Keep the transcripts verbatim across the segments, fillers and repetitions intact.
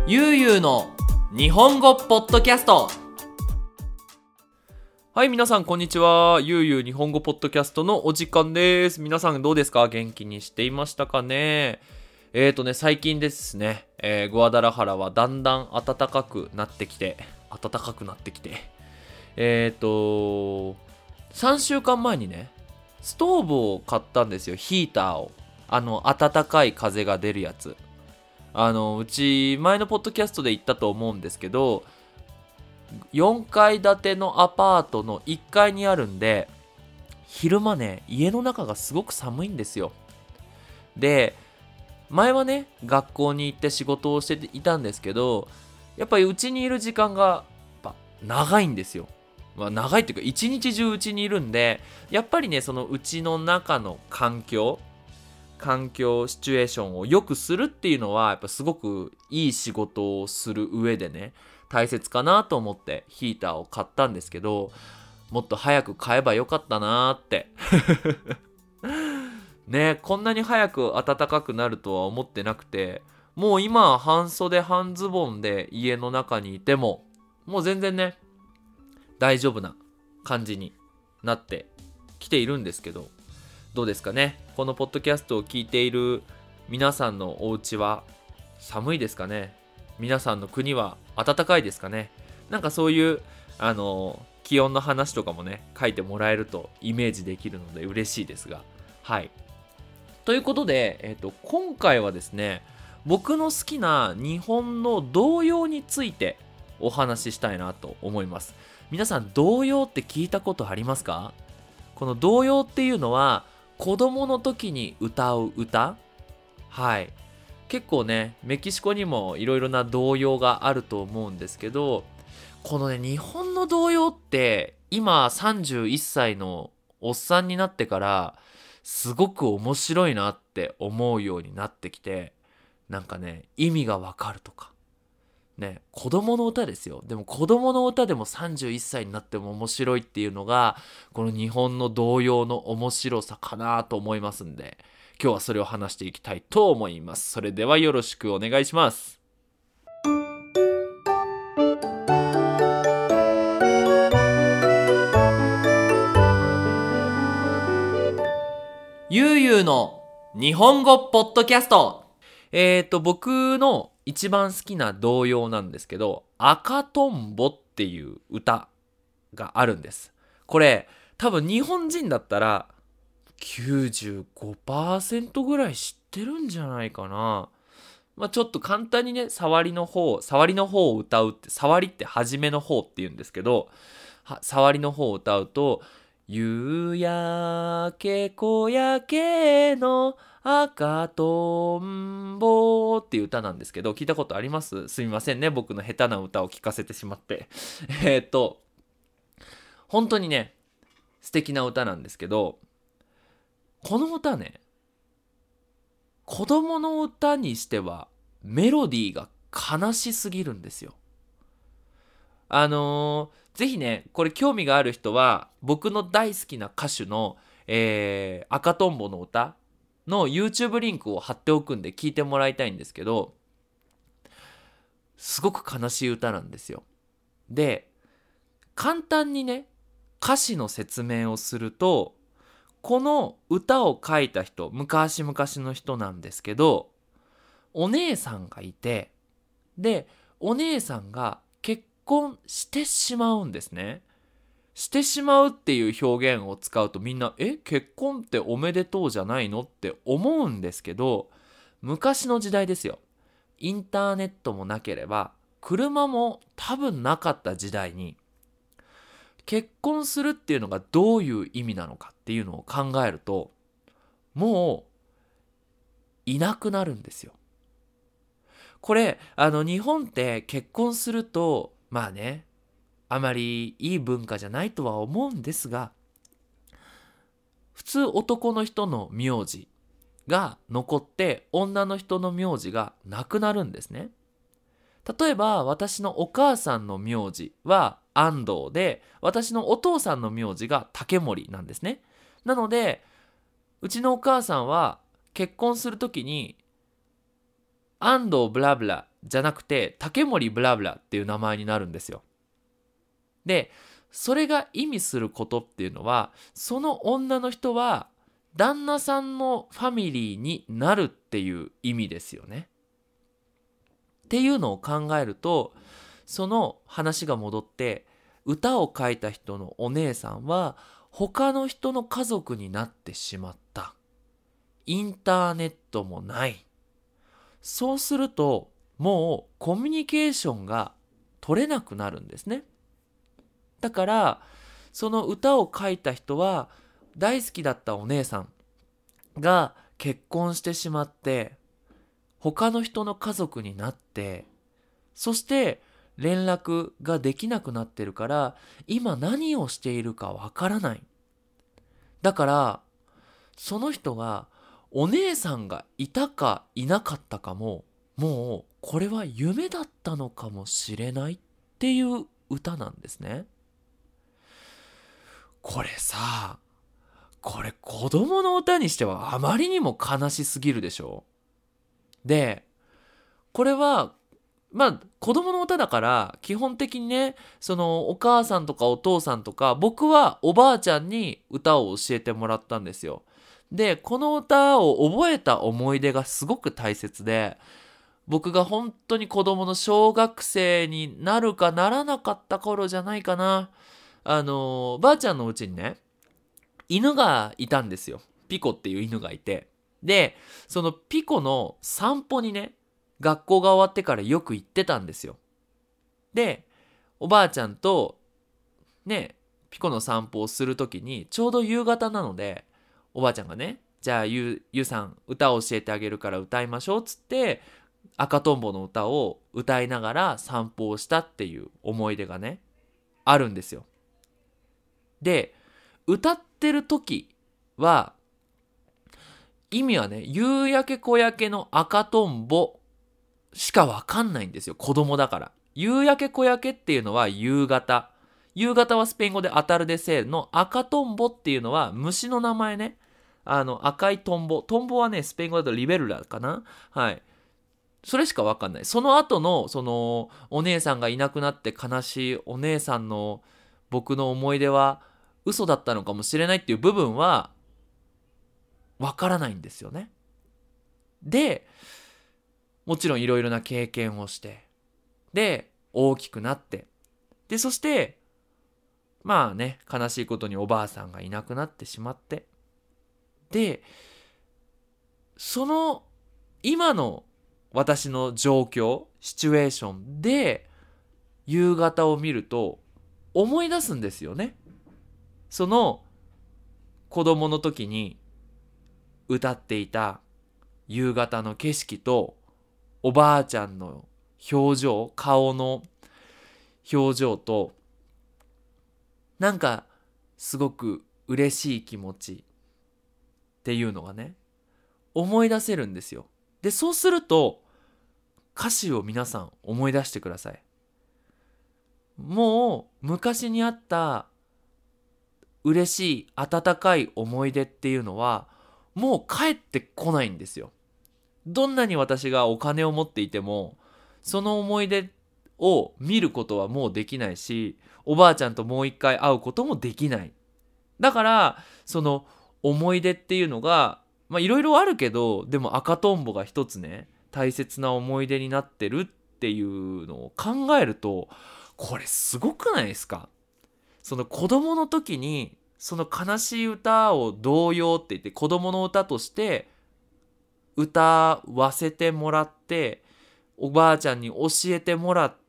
ゆうゆうの日本語ポッドキャスト。はい、皆さんこんにちは。ゆうゆう日本語ポッドキャストのお時間です。皆さんどうですか？元気にしていましたかね？えーとね最近ですね、えー、グアダラハラはだんだん暖かくなってきて暖かくなってきてえーとさんしゅうかんまえにねストーブを買ったんですよ。ヒーターを、あの暖かい風が出るやつ。あのうち前のポッドキャストで言ったと思うんですけど、よんかい建てのアパートのいっかいにあるんで、昼間ね家の中がすごく寒いんですよ。で前はね学校に行って仕事をしていたんですけど、やっぱりうちにいる時間がやっぱ長いんですよ。まあ、長いっていうか一日中うちにいるんで、やっぱりねそのうちの中の環境環境シチュエーションを良くするっていうのはやっぱすごくいい仕事をする上でね大切かなと思ってヒーターを買ったんですけど、もっと早く買えばよかったなーってね、こんなに早く暖かくなるとは思ってなくて、もう今半袖半ズボンで家の中にいてももう全然ね大丈夫な感じになってきているんですけど、どうですかね。このポッドキャストを聞いている皆さんのお家は寒いですかね。皆さんの国は暖かいですかね。なんかそういうあの気温の話とかもね書いてもらえるとイメージできるので嬉しいですが、はい。ということで、えっと、今回はですね僕の好きな日本の童謡についてお話ししたいなと思います。皆さん童謡って聞いたことありますか？この童謡っていうのは子供の時に歌う歌。はい。結構ねメキシコにもいろいろな童謡があると思うんですけど、このね日本の童謡って今さんじゅういっさいのおっさんになってからすごく面白いなって思うようになってきて、なんかね意味がわかるとかね、子供の歌ですよ。でも子供の歌でもさんじゅういっさいになっても面白いっていうのがこの日本の童謡の面白さかなと思いますんで、今日はそれを話していきたいと思います。それではよろしくお願いします。ゆうゆうの日本語ポッドキャスト。えーと僕の一番好きな童謡なんですけど、赤とんぼっていう歌があるんです。これ多分日本人だったらきゅうじゅうごパーセントぐらい知ってるんじゃないかな。まあちょっと簡単にね触りの方触りの方を歌うって、触りって初めの方って言うんですけど、触りの方を歌うと、夕焼け小焼けの赤とんぼっていう歌なんですけど、聞いたことあります？すみませんね、僕の下手な歌を聞かせてしまってえっと本当にね素敵な歌なんですけど、この歌ね子供の歌にしてはメロディーが悲しすぎるんですよ。あのー、ぜひねこれ興味がある人は僕の大好きな歌手の、えー、赤とんぼの歌の YouTube リンクを貼っておくんで聞いてもらいたいんですけど、すごく悲しい歌なんですよ。で簡単にね歌詞の説明をすると、この歌を書いた人昔々の人なんですけど、お姉さんがいて、でお姉さんが結婚してしまうんですね。してしまうっていう表現を使うとみんなえ結婚っておめでとうじゃないのって思うんですけど、昔の時代ですよ。インターネットもなければ車も多分なかった時代に、結婚するっていうのがどういう意味なのかっていうのを考えると、もういなくなるんですよ。これあの日本って結婚するとまあねあまりいい文化じゃないとは思うんですが、普通男の人の名字が残って女の人の名字がなくなるんですね。例えば私のお母さんの名字は安藤で、私のお父さんの名字が竹森なんですね。なのでうちのお母さんは結婚するときに安藤ブラブラじゃなくて竹森ブラブラっていう名前になるんですよ。で、それが意味することっていうのは、その女の人は旦那さんのファミリーになるっていう意味ですよね。っていうのを考えると、その話が戻って、歌を書いた人のお姉さんは他の人の家族になってしまった。インターネットもない。そうすると、もうコミュニケーションが取れなくなるんですね。だから、その歌を書いた人は、大好きだったお姉さんが結婚してしまって、他の人の家族になって、そして連絡ができなくなってるから、今何をしているかわからない。だから、その人がお姉さんがいたかいなかったかも、もうこれは夢だったのかもしれないっていう歌なんですね。これさ、これ子供の歌にしてはあまりにも悲しすぎるでしょ。で、これはまあ子供の歌だから基本的にね、そのお母さんとかお父さんとか、僕はおばあちゃんに歌を教えてもらったんですよ。で、この歌を覚えた思い出がすごく大切で、僕が本当に子供の小学生になるかならなかった頃じゃないかな。あのばあちゃんのうちにね、犬がいたんですよ。ピコっていう犬がいて。で、そのピコの散歩にね、学校が終わってからよく行ってたんですよ。で、おばあちゃんとね、ピコの散歩をするときに、ちょうど夕方なので、おばあちゃんがね、じゃあゆゆさん歌を教えてあげるから歌いましょうっつって、赤とんぼの歌を歌いながら散歩をしたっていう思い出がね、あるんですよ。で、歌ってる時は、意味はね、夕焼け小焼けの赤とんぼしかわかんないんですよ。子供だから。夕焼け小焼けっていうのは夕方。夕方はスペイン語で当たるでせーの。赤とんぼっていうのは虫の名前ね。あの赤いトンボ。トンボはね、スペイン語だとリベルラかな。はい。それしかわかんない。その後の、その、お姉さんがいなくなって悲しいお姉さんの僕の思い出は嘘だったのかもしれないっていう部分はわからないんですよね。で、もちろんいろいろな経験をして、で、大きくなって、で、そして、まあね、悲しいことにおばあさんがいなくなってしまって、で、その今の私の状況、シチュエーションで夕方を見ると思い出すんですよね。その子供の時に歌っていた夕方の景色とおばあちゃんの表情、顔の表情と、なんかすごく嬉しい気持ちっていうのがね、思い出せるんですよ。で、そうすると歌詞を皆さん思い出してください。もう昔にあった嬉しい温かい思い出っていうのはもう帰ってこないんですよ。どんなに私がお金を持っていても、その思い出を見ることはもうできないし、おばあちゃんともう一回会うこともできない。だからその思い出っていうのが、まあいろいろあるけど、でも赤とんぼが一つね、大切な思い出になってるっていうのを考えると、これすごくないですか？その子供の時にその悲しい歌を童謡って言って子供の歌として歌わせてもらって、おばあちゃんに教えてもらって、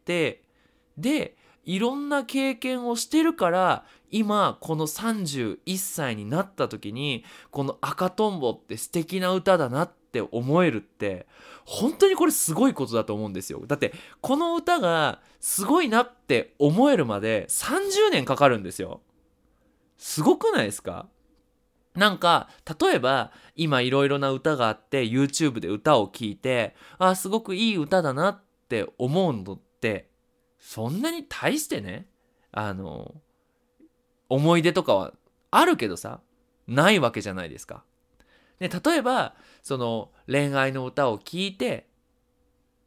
でいろんな経験をしてるから、今このさんじゅういっさいになった時にこの赤とんぼって素敵な歌だなって思えるって、本当にこれすごいことだと思うんですよ。だってこの歌がすごいなって思えるまでさんじゅうねんかかるんですよ。すごくないですか？なんか例えば今いろいろな歌があって YouTube で歌を聴いて、あ、すごくいい歌だなって思うのって、そんなに大してね、あの思い出とかはあるけどさ、ないわけじゃないですか。で例えばその恋愛の歌を聴いて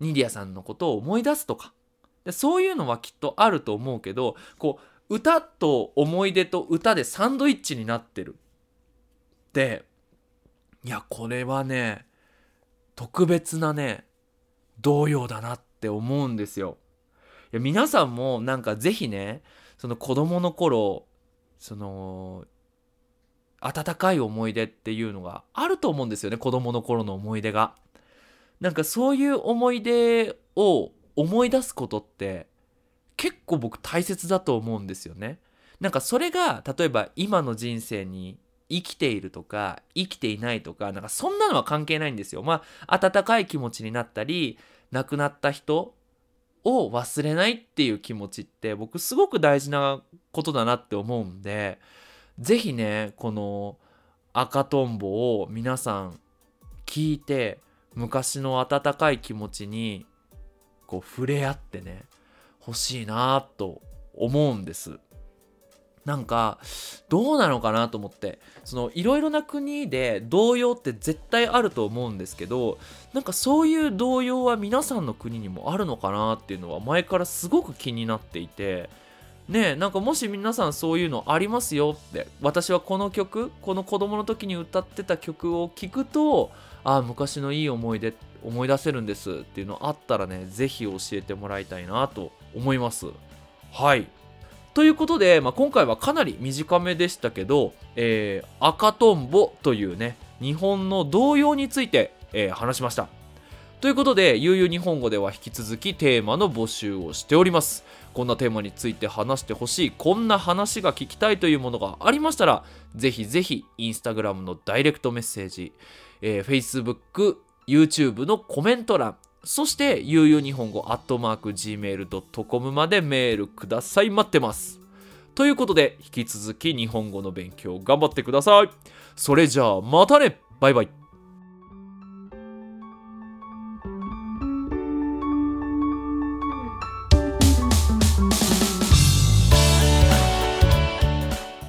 ニディアさんのことを思い出すとか、でそういうのはきっとあると思うけど、こう歌と思い出と歌でサンドイッチになってる。で、いやこれはね特別なね童謡だなって思うんですよ。いや皆さんもなんかぜひね、その子供の頃、その温かい思い出っていうのがあると思うんですよね。子供の頃の思い出が。なんかそういう思い出を思い出すことって結構僕大切だと思うんですよね。なんかそれが例えば今の人生に生きているとか生きていないとか、なんかそんなのは関係ないんですよ。まあ温かい気持ちになったり、亡くなった人を忘れないっていう気持ちって僕すごく大事なことだなって思うんで、ぜひねこの赤とんぼを皆さん聞いて、昔の温かい気持ちにこう触れ合ってね欲しいなと思うんです。なんかどうなのかなと思って、そのいろいろな国で童謡って絶対あると思うんですけど、なんかそういう童謡は皆さんの国にもあるのかなっていうのは前からすごく気になっていて、ねえ、なんかもし皆さんそういうのありますよって、私はこの曲、この子供の時に歌ってた曲を聞くと、ああ昔のいい思い出思い出せるんですっていうのあったらね、ぜひ教えてもらいたいなと思います。はい、ということで、まあ、今回はかなり短めでしたけど、えー、赤とんぼというね日本の童謡について、えー話しました。ということで、ゆうゆう日本語では引き続きテーマの募集をしております。こんなテーマについて話してほしい、こんな話が聞きたいというものがありましたら、ぜひぜひインスタグラムのダイレクトメッセージ、えー、Facebook、YouTube のコメント欄、そしてゆうゆう日本語アットマーク ジーメールドットコム までメールください。待ってます。ということで、引き続き日本語の勉強頑張ってください。それじゃあまたね、バイバイ。